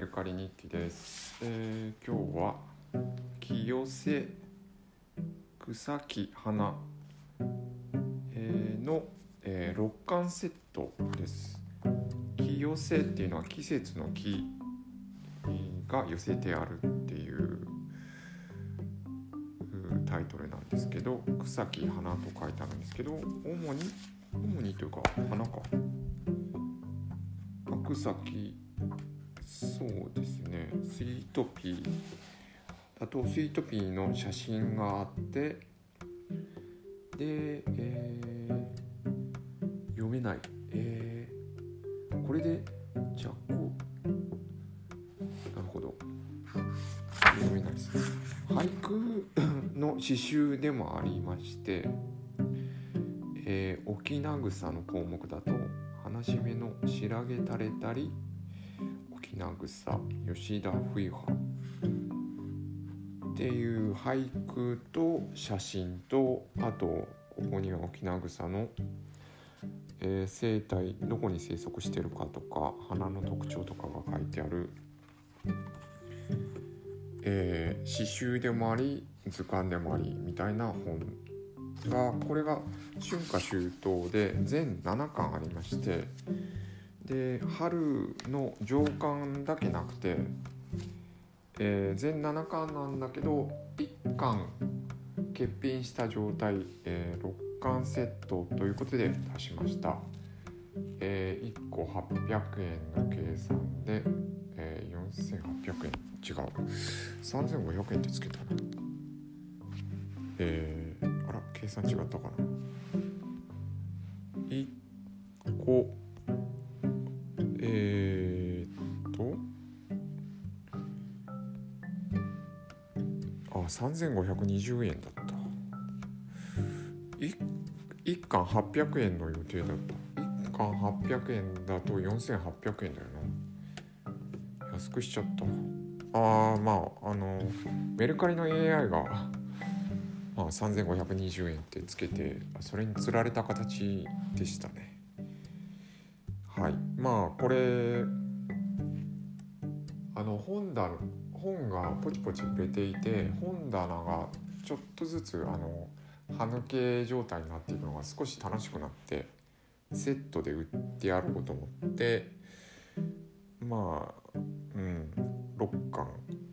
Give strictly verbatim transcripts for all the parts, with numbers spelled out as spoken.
ルカリ日記です。えー、今日は清瀬草木花、えー、の、えー、ろっかんセットです。清瀬っていうのは季節の木が寄せてあるっていうタイトルなんですけど、草木花と書いてあるんですけど、主に主にというか花か草木、そうですね、スイートピーあとスイートピーの写真があって、で、えー、読めない、えー、これでじゃあこうなるほど読めないですね。俳句の詩集でもありまして、えー、沖縄草の項目だと話し目の白毛垂れたり沖縄草吉田冬葉っていう俳句と写真と、あとここには沖縄草の、えー、生態、どこに生息しているかとか花の特徴とかが書いてある、えー、詩集でもあり図鑑でもありみたいな本が、これが春夏秋冬で全ななかんありまして、で春の上巻だけなくて、えー、全ななかんなんだけどいっかん欠品した状態、えー、ろっかんセットということで出しました。えー、いっこはっぴゃくえんの計算で、えー、よんせんはっぴゃくえん、違うさんぜんごひゃくえんってつけたな、えー、あら計算違ったかな。いっこえー、っとあさんぜんごひゃくにじゅうえんだった。いっかんはっぴゃくえんの予定だった。いっかんはっぴゃくえんだとよんせんはっぴゃくえんだよな。安くしちゃった。あーまああのメルカリの エーアイ が、まあ、さんぜんごひゃくにじゅうえんってつけて、それにつられた形でしたね。はい、まあこれあの本棚本がポチポチ売れていて、本棚がちょっとずつあの歯抜け状態になっていくのが少し楽しくなって、セットで売ってやろうと思って、まあうんろっかん、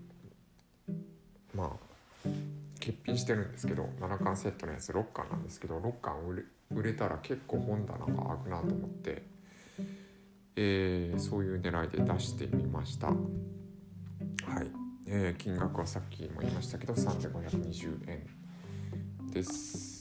まあ欠品してるんですけど、ななかんセットのやつろっかんなんですけど、ろっかん売れ、売れたら結構本棚が開くなと思って、えー、そういう狙いで出してみました。はい、えー、金額はさっきも言いましたけどさんぜんごひゃくにじゅうえんです。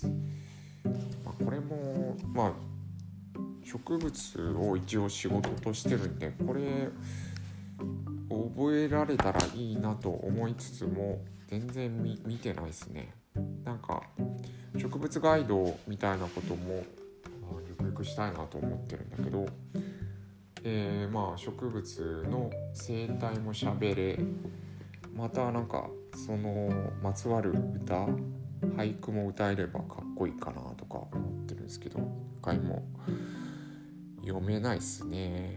まあ、これもまあ植物を一応仕事としてるんで、これ覚えられたらいいなと思いつつも全然 見, 見てないですね。なんか植物ガイドみたいなことも、まあ、ゆくゆくしたいなと思ってるんだけど、えー、まあ植物の生態も喋れ、またなんかそのまつわる歌、俳句も歌えればかっこいいかなとか思ってるんですけど、一回も読めないっすね。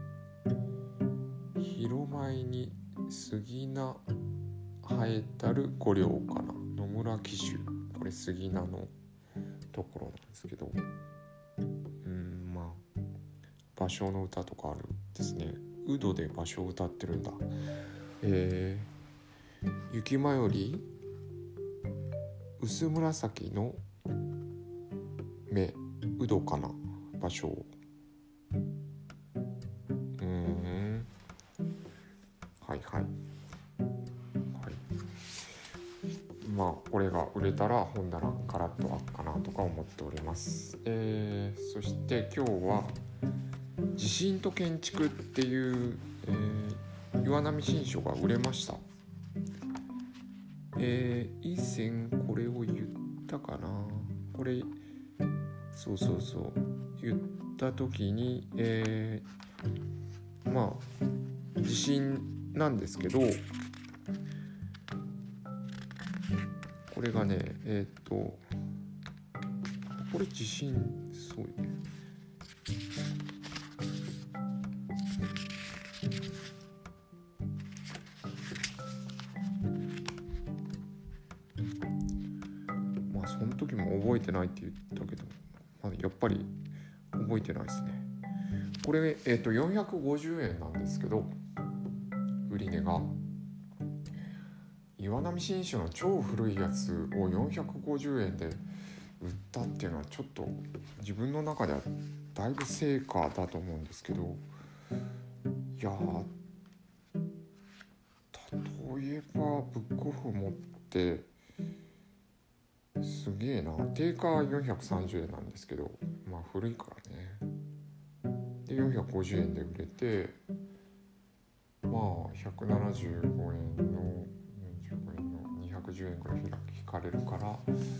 広舞に杉菜生えたる五両かな、野村紀州、これ杉菜のところなんですけど、うんまあ芭蕉の歌とかあるですね。ウドで芭蕉を歌ってるんだ。えー、雪間より薄紫の目、ウドかな、芭蕉。うーんはいはいはい。まあこれが売れたら本棚カラッと開くかなとか思っております。えー、そして今日は地震と建築っていう、えー、岩波新書が売れました。えー、以前これを言ったかな、これそうそうそう言った時に、えー、まあ地震なんですけど、これがねえっ、ー、とこれ地震そうね、 ないって言ったけど、まあ、やっぱり覚えてないですね。これ、えー、とよんひゃくごじゅうえんなんですけど、売値が岩波新書の超古いやつをよんひゃくごじゅうえんで売ったっていうのはちょっと自分の中ではだいぶ成果だと思うんですけど、いや例えばブックオフ持ってすげえな、定価よんひゃくさんじゅうえんなんですけど、まあ古いからね。でよんひゃくごじゅうえんで売れて、まあひゃくななじゅうごえんのよんじゅうごえんのにひゃくじゅうえんぐらい引かれるから、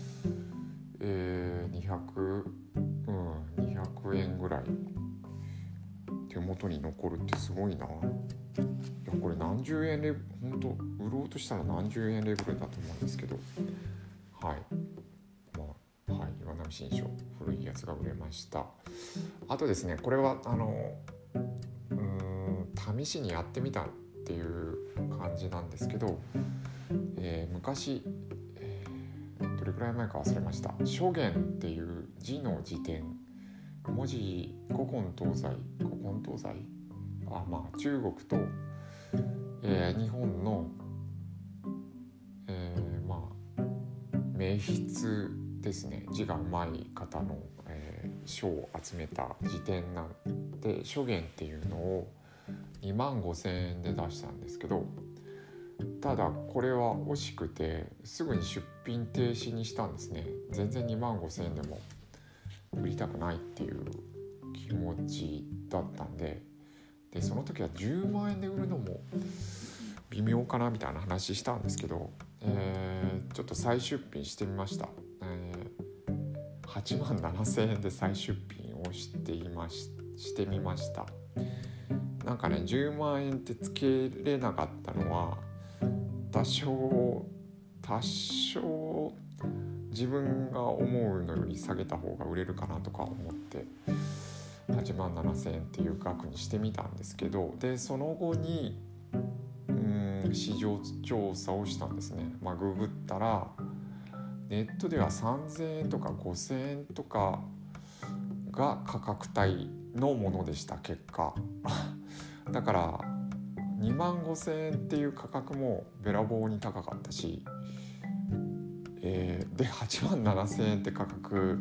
えー、にひゃく、うん、にひゃくえんぐらい手元に残るってすごいな。いやこれ何十円レベル、本当売ろうとしたら何十円レベルだと思うんですけど、はい、まあ、はい、岩波新書古いやつが売れました。あとですね、これはあのうーん試しにやってみたっていう感じなんですけど、えー、昔、えー、どれくらい前か忘れました、書言っていう字の辞典、文字古今東西古今東西あまあ中国と、えー、日本の、えー、まあ名筆ですね、字がうまい方の、えー、書を集めた辞典なんで、書言っていうのをにまんごせんえんで出したんですけど、ただこれは惜しくてすぐに出品停止にしたんですね。全然にまんごせんえんでも売りたくないっていう気持ちだったんで、でその時はじゅうまんえんで売るのも微妙かなみたいな話したんですけど、えー、ちょっと再出品してみました、えー、はちまんななせんえんで再出品をしていまししてみました。なんかねじゅうまんえんってつけれなかったのは多少多少自分が思うのより下げた方が売れるかなとか思ってはちまんななせんえんっていう額にしてみたんですけど、でその後にうーん市場調査をしたんですね。まあググったらネットではさんぜんえんとかごせんえんとかが価格帯のものでした。結果だからにまんごせんえんっていう価格もべらぼうに高かったし、えー、ではちまんななせんえんって価格、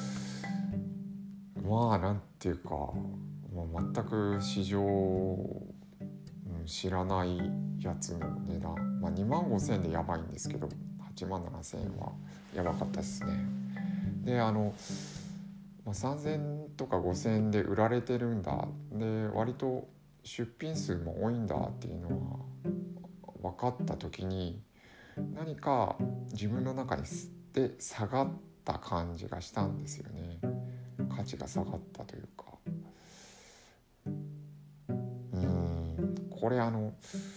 まあなんていうか、まあ、全く市場、うん、知らないやつの値段、まあ、にまんごせんえんでやばいんですけどはちまんななせんえんはやばかったですね。であの、まあ、さんぜんえんとかごせんえんで売られてるんだ、で割と出品数も多いんだっていうのは分かった時に、何か自分の中にで下がった感じがしたんですよね。価値が下がったというか、うーんこれあの、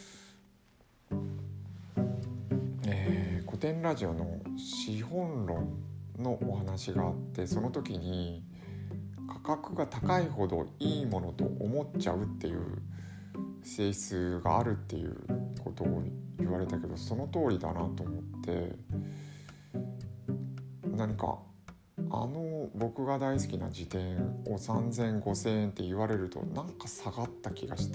えー、古典ラジオの資本論のお話があって、その時に価格が高いほどいいものと思っちゃうっていう性質があるっていうことを言われたけど、その通りだなと思って、何かあの僕が大好きな辞典をさんぜんごせんえんって言われるとなんか下がった気がして、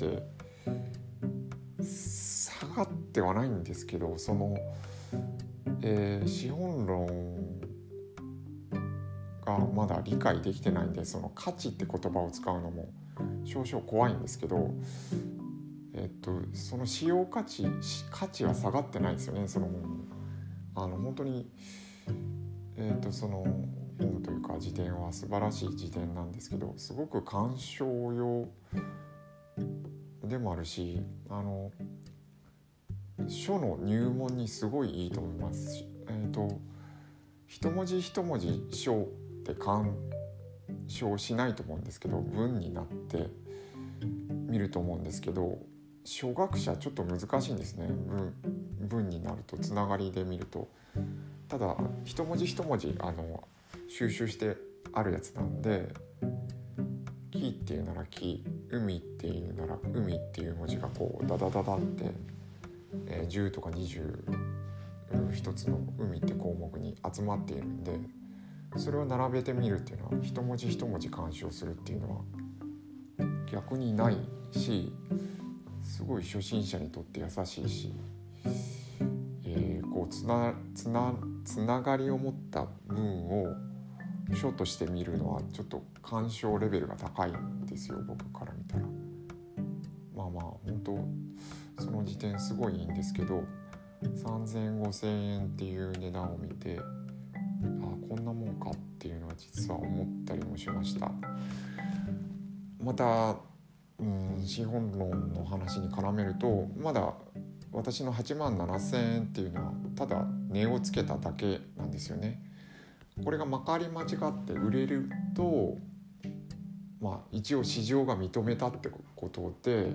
下がってはないんですけど、その、えー、資本論がまだ理解できてないんで、その価値って言葉を使うのも少々怖いんですけど、えっとその使用価値価値は下がってないですよね。そのあの本当にえっとその本というか辞典は素晴らしい辞典なんですけど、すごく鑑賞用でもあるし、あの書の入門にすごいいいと思いますし、えっと一文字一文字書って鑑賞しないと思うんですけど、文になって見ると思うんですけど、初学者ちょっと難しいんですね。 文, 文になるとつながりで見ると、ただ一文字一文字あの収集してあるやつなんで、木っていうなら木、海っていうなら海っていう文字がこうダダダダって、えー、じゅうとかにじゅう一つの海って項目に集まっているんで、 それを並べてみるっていうのは、一文字一文字鑑賞するっていうのは逆にないし、すごい初心者にとって優しいし、えー、こうつなつなつながりを持った文を書として見るのはちょっと鑑賞レベルが高いんですよ、僕から見たら。まあまあ本当その時点すごいいいんですけど、さんぜんえんごせんえんっていう値段を見て、あこんなもんかっていうのは実は思ったりもしました。また、うん、資本論の話に絡めると、まだ私のはちまんななせんえんっていうのはただ値をつけただけなんですよね。これがまかり間違って売れると、まあ一応市場が認めたってことで、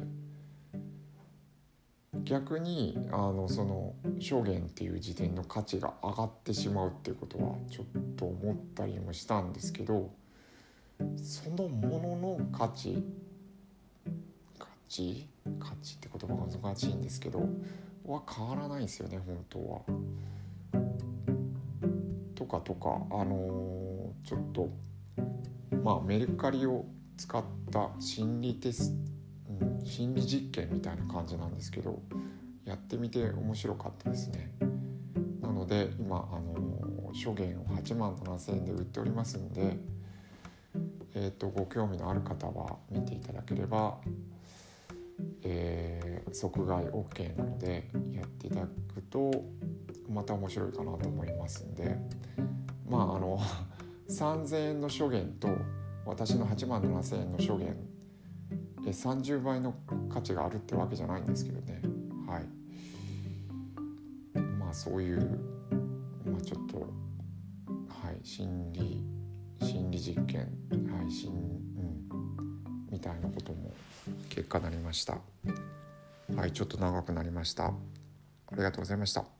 逆にあのその証言っていう時点の価値が上がってしまうっていうことはちょっと思ったりもしたんですけど、そのものの価値価値価値って言葉が難しいんですけどは変わらないんですよね、本当は。とかとかあのー、ちょっとまあメルカリを使った心理テスト、うん、心理実験みたいな感じなんですけど、やってみて面白かったですね。なので今あの書言をはちまんななせんえんで売っておりますので、えーと、ご興味のある方は見ていただければ、えー、即買い OK なのでやっていただくとまた面白いかなと思いますんで、まああのさんぜんえんの書言と私のはちまんななせんえんの書言、えさんじゅうばいの価値があるってわけじゃないんですけどね。はい。まあそういう、まあ、ちょっとはい心理心理実験、はい心、うん、みたいなことも結果になりました。はい、ちょっと長くなりました。ありがとうございました。